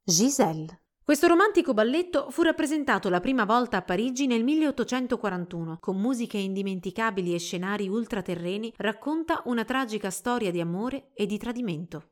Giselle. Questo romantico balletto fu rappresentato la prima volta a Parigi nel 1841, con musiche indimenticabili e scenari ultraterreni, racconta una tragica storia di amore e di tradimento.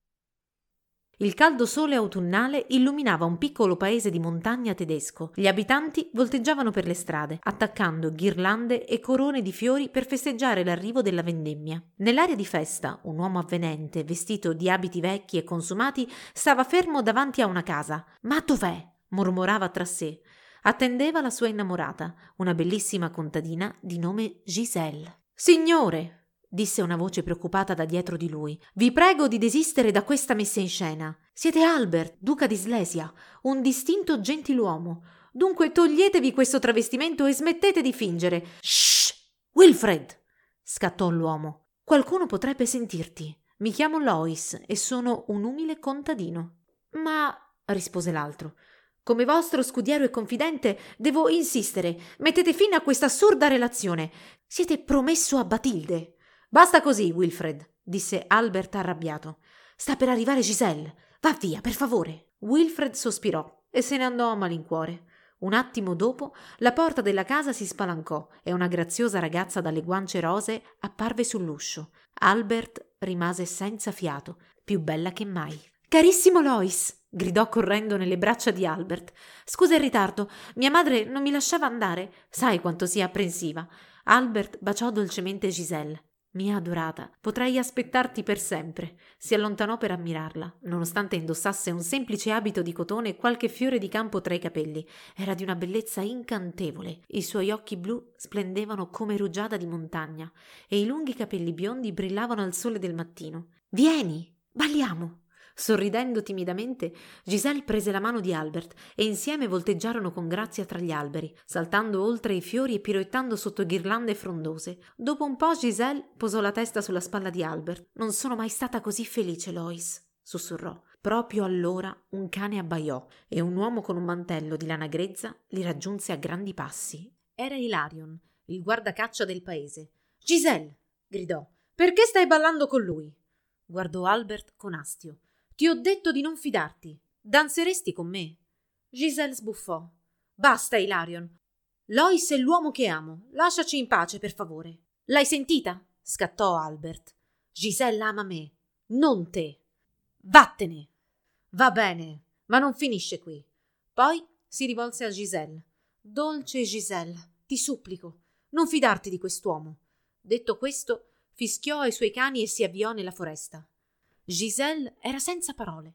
Il caldo sole autunnale illuminava un piccolo paese di montagna tedesco. Gli abitanti volteggiavano per le strade, attaccando ghirlande e corone di fiori per festeggiare l'arrivo della vendemmia. Nell'area di festa, un uomo avvenente, vestito di abiti vecchi e consumati, stava fermo davanti a una casa. «Ma dov'è?» mormorava tra sé. Attendeva la sua innamorata, una bellissima contadina di nome Giselle. «Signore!» disse una voce preoccupata da dietro di lui. «Vi prego di desistere da questa messa in scena. Siete Albert, duca di Slesia, un distinto gentiluomo. Dunque toglietevi questo travestimento e smettete di fingere». «Shh! Wilfred!» scattò l'uomo. «Qualcuno potrebbe sentirti. Mi chiamo Lois e sono un umile contadino». «Ma», rispose l'altro, «come vostro scudiero e confidente devo insistere. Mettete fine a questa assurda relazione. Siete promesso a Batilde». «Basta così, Wilfred», disse Albert arrabbiato. «Sta per arrivare Giselle. Va via, per favore». Wilfred sospirò e se ne andò a malincuore. Un attimo dopo la porta della casa si spalancò e una graziosa ragazza dalle guance rosee apparve sull'uscio. Albert rimase senza fiato, più bella che mai. «Carissimo Lois!» gridò correndo nelle braccia di Albert. «Scusa il ritardo, mia madre non mi lasciava andare. Sai quanto sia apprensiva». Albert baciò dolcemente Giselle. «Mia adorata, potrei aspettarti per sempre». Si allontanò per ammirarla, nonostante indossasse un semplice abito di cotone e qualche fiore di campo tra i capelli. Era di una bellezza incantevole. I suoi occhi blu splendevano come rugiada di montagna e i lunghi capelli biondi brillavano al sole del mattino. «Vieni, balliamo!» Sorridendo timidamente, Giselle prese la mano di Albert e insieme volteggiarono con grazia tra gli alberi, saltando oltre i fiori e piroettando sotto ghirlande frondose. Dopo un po' Giselle posò la testa sulla spalla di Albert. «Non sono mai stata così felice, Lois», sussurrò. Proprio allora un cane abbaiò e un uomo con un mantello di lana grezza li raggiunse a grandi passi. Era Hilarion, il guardacaccia del paese. «Giselle!» gridò. «Perché stai ballando con lui?» Guardò Albert con astio. «Ti ho detto di non fidarti. Danzeresti con me?» Giselle sbuffò. «Basta, Hilarion. Lois è l'uomo che amo. Lasciaci in pace, per favore». «L'hai sentita?» scattò Albert. «Giselle ama me, non te. Vattene!» «Va bene, ma non finisce qui». Poi si rivolse a Giselle. «Dolce Giselle, ti supplico, non fidarti di quest'uomo». Detto questo, fischiò ai suoi cani e si avviò nella foresta. Giselle era senza parole.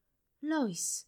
«Lois,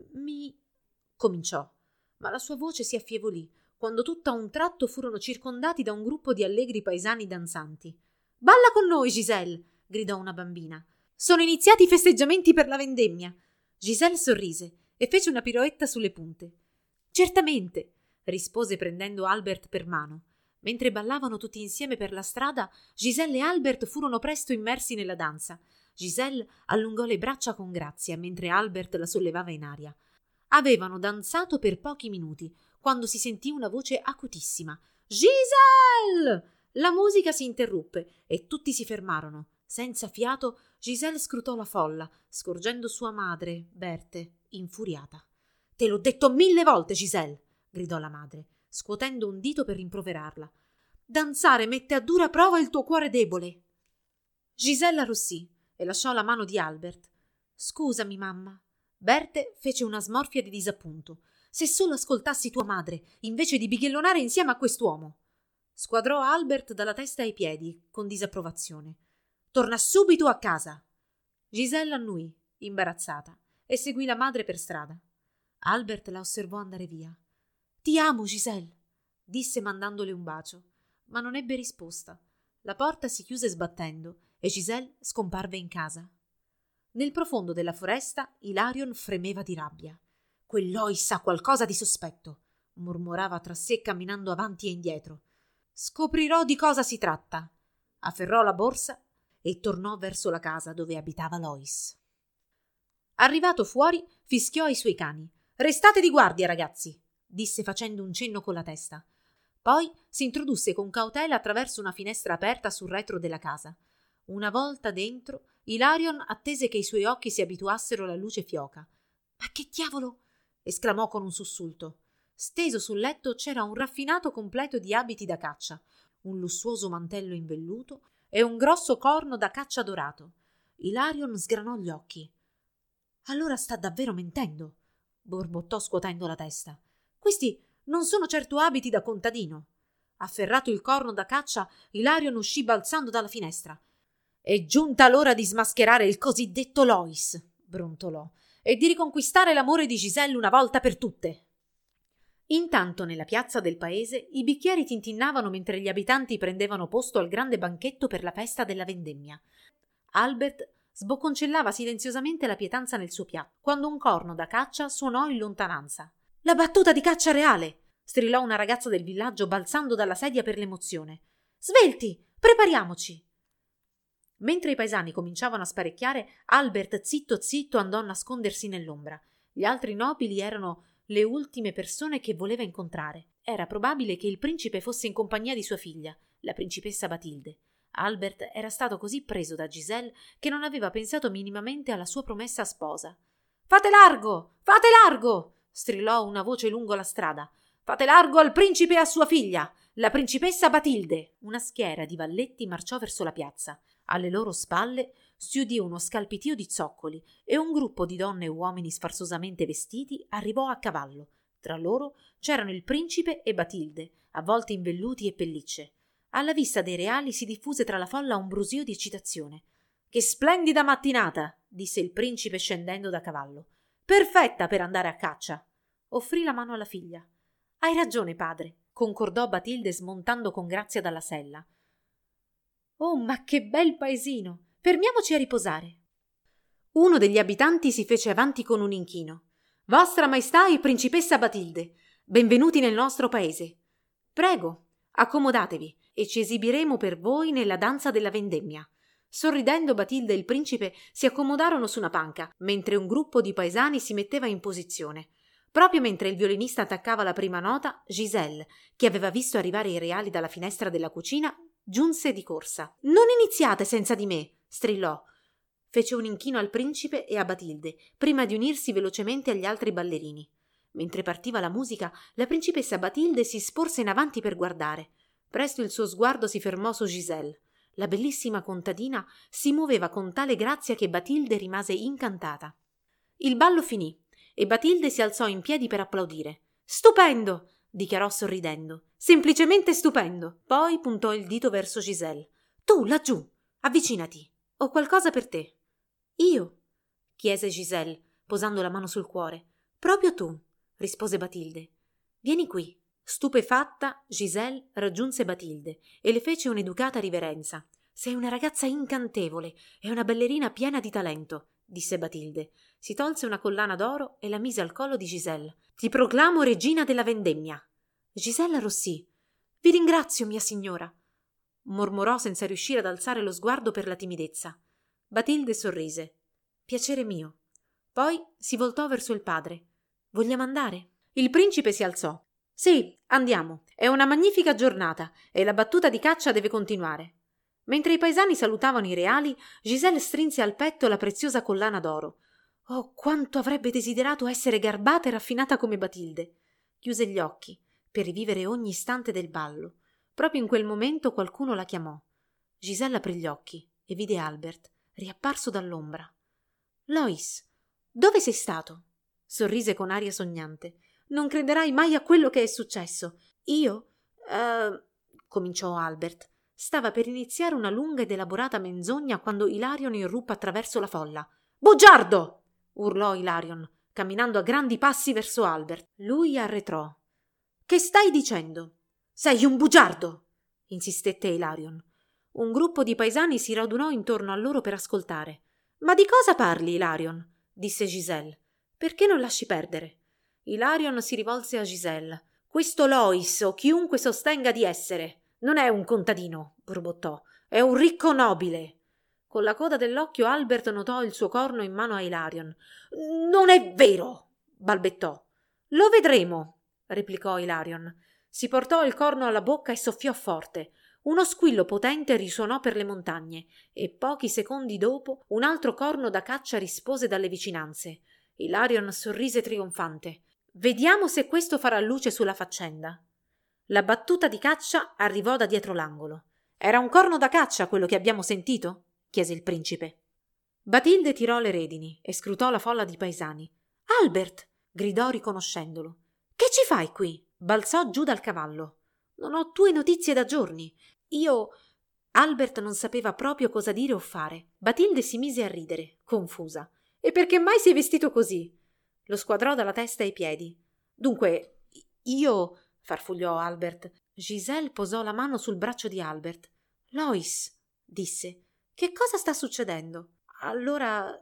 cominciò, ma la sua voce si affievolì quando tutt'a un tratto furono circondati da un gruppo di allegri paesani danzanti. «Balla con noi, Giselle!» gridò una bambina. «Sono iniziati i festeggiamenti per la vendemmia». Giselle sorrise e fece una piroetta sulle punte. «Certamente», rispose prendendo Albert per mano. Mentre ballavano tutti insieme per la strada, Giselle e Albert furono presto immersi nella danza. Giselle allungò le braccia con grazia mentre Albert la sollevava in aria. Avevano danzato per pochi minuti quando si sentì una voce acutissima. «Giselle!» La musica si interruppe e tutti si fermarono. Senza fiato, Giselle scrutò la folla, scorgendo sua madre, Berthe, infuriata. «Te l'ho detto 1000 volte, Giselle!» gridò la madre, scuotendo un dito per rimproverarla. «Danzare mette a dura prova il tuo cuore debole». Giselle arrossì e lasciò la mano di Albert. «Scusami, mamma». Berthe fece una smorfia di disappunto. «Se solo ascoltassi tua madre, invece di bighellonare insieme a quest'uomo». Squadrò Albert dalla testa ai piedi, con disapprovazione. «Torna subito a casa». Giselle annuì, imbarazzata, e seguì la madre per strada. Albert la osservò andare via. «Ti amo, Giselle», disse mandandole un bacio, ma non ebbe risposta. La porta si chiuse sbattendo e Giselle scomparve in casa. Nel profondo della foresta Hilarion fremeva di rabbia. «Quell'Lois sa qualcosa di sospetto», mormorava tra sé camminando avanti e indietro. «Scoprirò di cosa si tratta». Afferrò la borsa e tornò verso la casa dove abitava Lois. Arrivato fuori, fischiò ai suoi cani. «Restate di guardia, ragazzi», disse facendo un cenno con la testa. Poi si introdusse con cautela attraverso una finestra aperta sul retro della casa. Una volta dentro, Hilarion attese che i suoi occhi si abituassero alla luce fioca. «Ma che diavolo! Esclamò con un sussulto. Steso sul letto c'era un raffinato completo di abiti da caccia, un lussuoso mantello in velluto e un grosso corno da caccia dorato. Hilarion sgranò gli occhi. Allora sta davvero mentendo, borbottò scuotendo la testa. Questi non sono certo abiti da contadino. Afferrato il corno da caccia, Hilarion uscì balzando dalla finestra. È giunta l'ora di smascherare il cosiddetto Lois, brontolò, e di riconquistare l'amore di Giselle una volta per tutte. Intanto nella piazza del paese i bicchieri tintinnavano mentre gli abitanti prendevano posto al grande banchetto per la festa della vendemmia. Albert sbocconcellava silenziosamente la pietanza nel suo piatto, quando un corno da caccia suonò in lontananza. «La battuta di caccia reale!» strillò una ragazza del villaggio balzando dalla sedia per l'emozione. «Svelti! Prepariamoci!» Mentre i paesani cominciavano a sparecchiare, Albert zitto zitto andò a nascondersi nell'ombra. Gli altri nobili erano le ultime persone che voleva incontrare. Era probabile che il principe fosse in compagnia di sua figlia, la principessa Batilde. Albert era stato così preso da Giselle che non aveva pensato minimamente alla sua promessa sposa. «Fate largo! Fate largo!» strillò una voce lungo la strada. «Fate largo al principe e a sua figlia, la principessa Batilde!» Una schiera di valletti marciò verso la piazza. Alle loro spalle si udì uno scalpitio di zoccoli e un gruppo di donne e uomini sfarzosamente vestiti arrivò a cavallo. Tra loro c'erano il principe e Batilde, avvolti in velluti e pellicce. Alla vista dei reali si diffuse tra la folla un brusio di eccitazione. «Che splendida mattinata!» disse il principe scendendo da cavallo. «Perfetta per andare a caccia!» Offrì la mano alla figlia. «Hai ragione, padre», concordò Batilde smontando con grazia dalla sella. «Oh, ma che bel paesino! Fermiamoci a riposare!» Uno degli abitanti si fece avanti con un inchino. «Vostra Maestà e principessa Batilde, benvenuti nel nostro paese. Prego, accomodatevi e ci esibiremo per voi nella danza della vendemmia». Sorridendo, Batilde e il principe si accomodarono su una panca, mentre un gruppo di paesani si metteva in posizione. Proprio mentre il violinista attaccava la prima nota, Giselle, che aveva visto arrivare i reali dalla finestra della cucina, giunse di corsa. «Non iniziate senza di me!» strillò. Fece un inchino al principe e a Batilde, prima di unirsi velocemente agli altri ballerini. Mentre partiva la musica, la principessa Batilde si sporse in avanti per guardare. Presto il suo sguardo si fermò su Giselle. La bellissima contadina si muoveva con tale grazia che Batilde rimase incantata. Il ballo finì e Batilde si alzò in piedi per applaudire. «Stupendo!» dichiarò sorridendo. «Semplicemente stupendo!» Poi puntò il dito verso Giselle. «Tu, laggiù, avvicinati. Ho qualcosa per te». «Io?» chiese Giselle, posando la mano sul cuore. «Proprio tu», rispose Batilde. «Vieni qui». Stupefatta, Giselle raggiunse Batilde e le fece un'educata riverenza. «Sei una ragazza incantevole e una ballerina piena di talento», disse Batilde. Si tolse una collana d'oro e la mise al collo di Giselle. «Ti proclamo regina della vendemmia». Giselle arrossì. «Vi ringrazio, mia signora», mormorò senza riuscire ad alzare lo sguardo per la timidezza. Batilde sorrise. «Piacere mio». Poi si voltò verso il padre. «Vogliamo andare?» Il principe si alzò. «Sì, andiamo. È una magnifica giornata e la battuta di caccia deve continuare». Mentre i paesani salutavano i reali, Giselle strinse al petto la preziosa collana d'oro. Oh, quanto avrebbe desiderato essere garbata e raffinata come Batilde! Chiuse gli occhi per rivivere ogni istante del ballo. Proprio in quel momento qualcuno la chiamò. Giselle aprì gli occhi e vide Albert, riapparso dall'ombra. «Lois, dove sei stato?» Sorrise con aria sognante. «Non crederai mai a quello che è successo. Io? Cominciò Albert. Stava per iniziare una lunga ed elaborata menzogna quando Hilarion irruppe attraverso la folla. «Bugiardo!» urlò Hilarion, camminando a grandi passi verso Albert. Lui arretrò. «Che stai dicendo?» «Sei un bugiardo!» insistette Hilarion. Un gruppo di paesani si radunò intorno a loro per ascoltare. «Ma di cosa parli, Hilarion?» disse Giselle. «Perché non lasci perdere?» Hilarion si rivolse a Giselle. «Questo Lois, o chiunque sostenga di essere, non è un contadino», borbottò. «È un ricco nobile». Con la coda dell'occhio Albert notò il suo corno in mano a Hilarion. «Non è vero!» balbettò. «Lo vedremo», replicò Hilarion. Si portò il corno alla bocca e soffiò forte. Uno squillo potente risuonò per le montagne e pochi secondi dopo un altro corno da caccia rispose dalle vicinanze. Hilarion sorrise trionfante. Vediamo se questo farà luce sulla faccenda. La battuta di caccia arrivò da dietro l'angolo. Era un corno da caccia quello che abbiamo sentito? Chiese il principe. Batilde tirò le redini e scrutò la folla di paesani. Albert! Gridò riconoscendolo. Che ci fai qui? Balzò giù dal cavallo. Non ho tue notizie da giorni. Io... Albert non sapeva proprio cosa dire o fare. Batilde si mise a ridere, confusa. E perché mai sei vestito così? Lo squadrò dalla testa ai piedi. Dunque, io... farfugliò Albert. Giselle posò la mano sul braccio di Albert. Lois, disse, che cosa sta succedendo? Allora,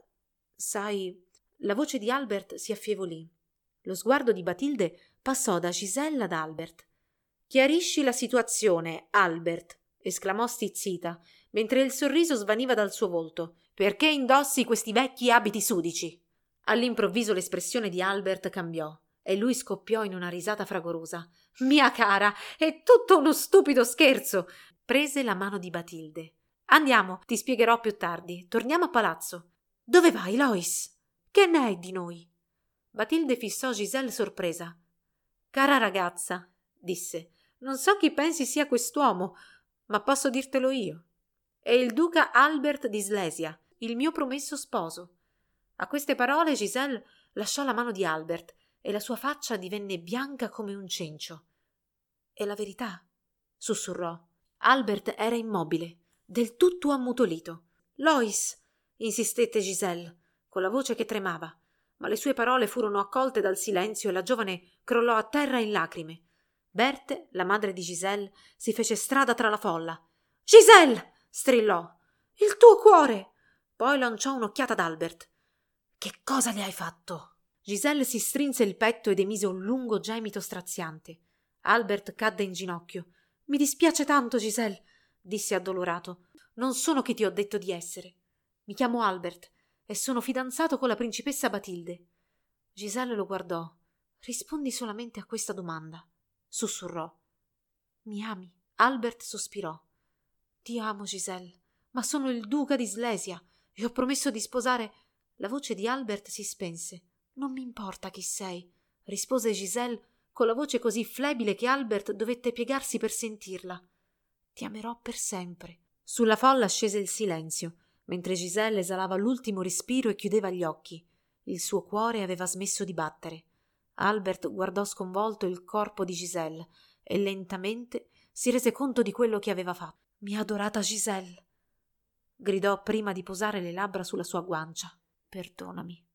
sai... La voce di Albert si affievolì. Lo sguardo di Batilde passò da Giselle ad Albert. Chiarisci la situazione, Albert, esclamò stizzita, mentre il sorriso svaniva dal suo volto. Perché indossi questi vecchi abiti sudici? All'improvviso l'espressione di Albert cambiò e lui scoppiò in una risata fragorosa. Mia cara, è tutto uno stupido scherzo! Prese la mano di Batilde. Andiamo, ti spiegherò più tardi. Torniamo a palazzo. Dove vai, Lois? Che ne è di noi? Batilde fissò Giselle sorpresa. Cara ragazza, disse, non so chi pensi sia quest'uomo, ma posso dirtelo io. È il duca Albert di Slesia, il mio promesso sposo. A queste parole Giselle lasciò la mano di Albert e la sua faccia divenne bianca come un cencio. È la verità, sussurrò. Albert era immobile, del tutto ammutolito. Lois, insistette Giselle, con la voce che tremava, ma le sue parole furono accolte dal silenzio e la giovane crollò a terra in lacrime. Berthe, la madre di Giselle, si fece strada tra la folla. Giselle! Strillò. Il tuo cuore! Poi lanciò un'occhiata ad Albert. Che cosa le hai fatto? Giselle si strinse il petto ed emise un lungo gemito straziante. Albert cadde in ginocchio. Mi dispiace tanto, Giselle, disse addolorato. Non sono chi ti ho detto di essere. Mi chiamo Albert e sono fidanzato con la principessa Batilde. Giselle lo guardò. Rispondi solamente a questa domanda, sussurrò. Mi ami? Albert sospirò. Ti amo, Giselle, ma sono il duca di Slesia e ho promesso di sposare... La voce di Albert si spense. Non mi importa chi sei, rispose Giselle con la voce così flebile che Albert dovette piegarsi per sentirla. Ti amerò per sempre. Sulla folla scese il silenzio, mentre Giselle esalava l'ultimo respiro e chiudeva gli occhi. Il suo cuore aveva smesso di battere. Albert guardò sconvolto il corpo di Giselle e lentamente si rese conto di quello che aveva fatto. Mia adorata Giselle, gridò prima di posare le labbra sulla sua guancia. Perdonami.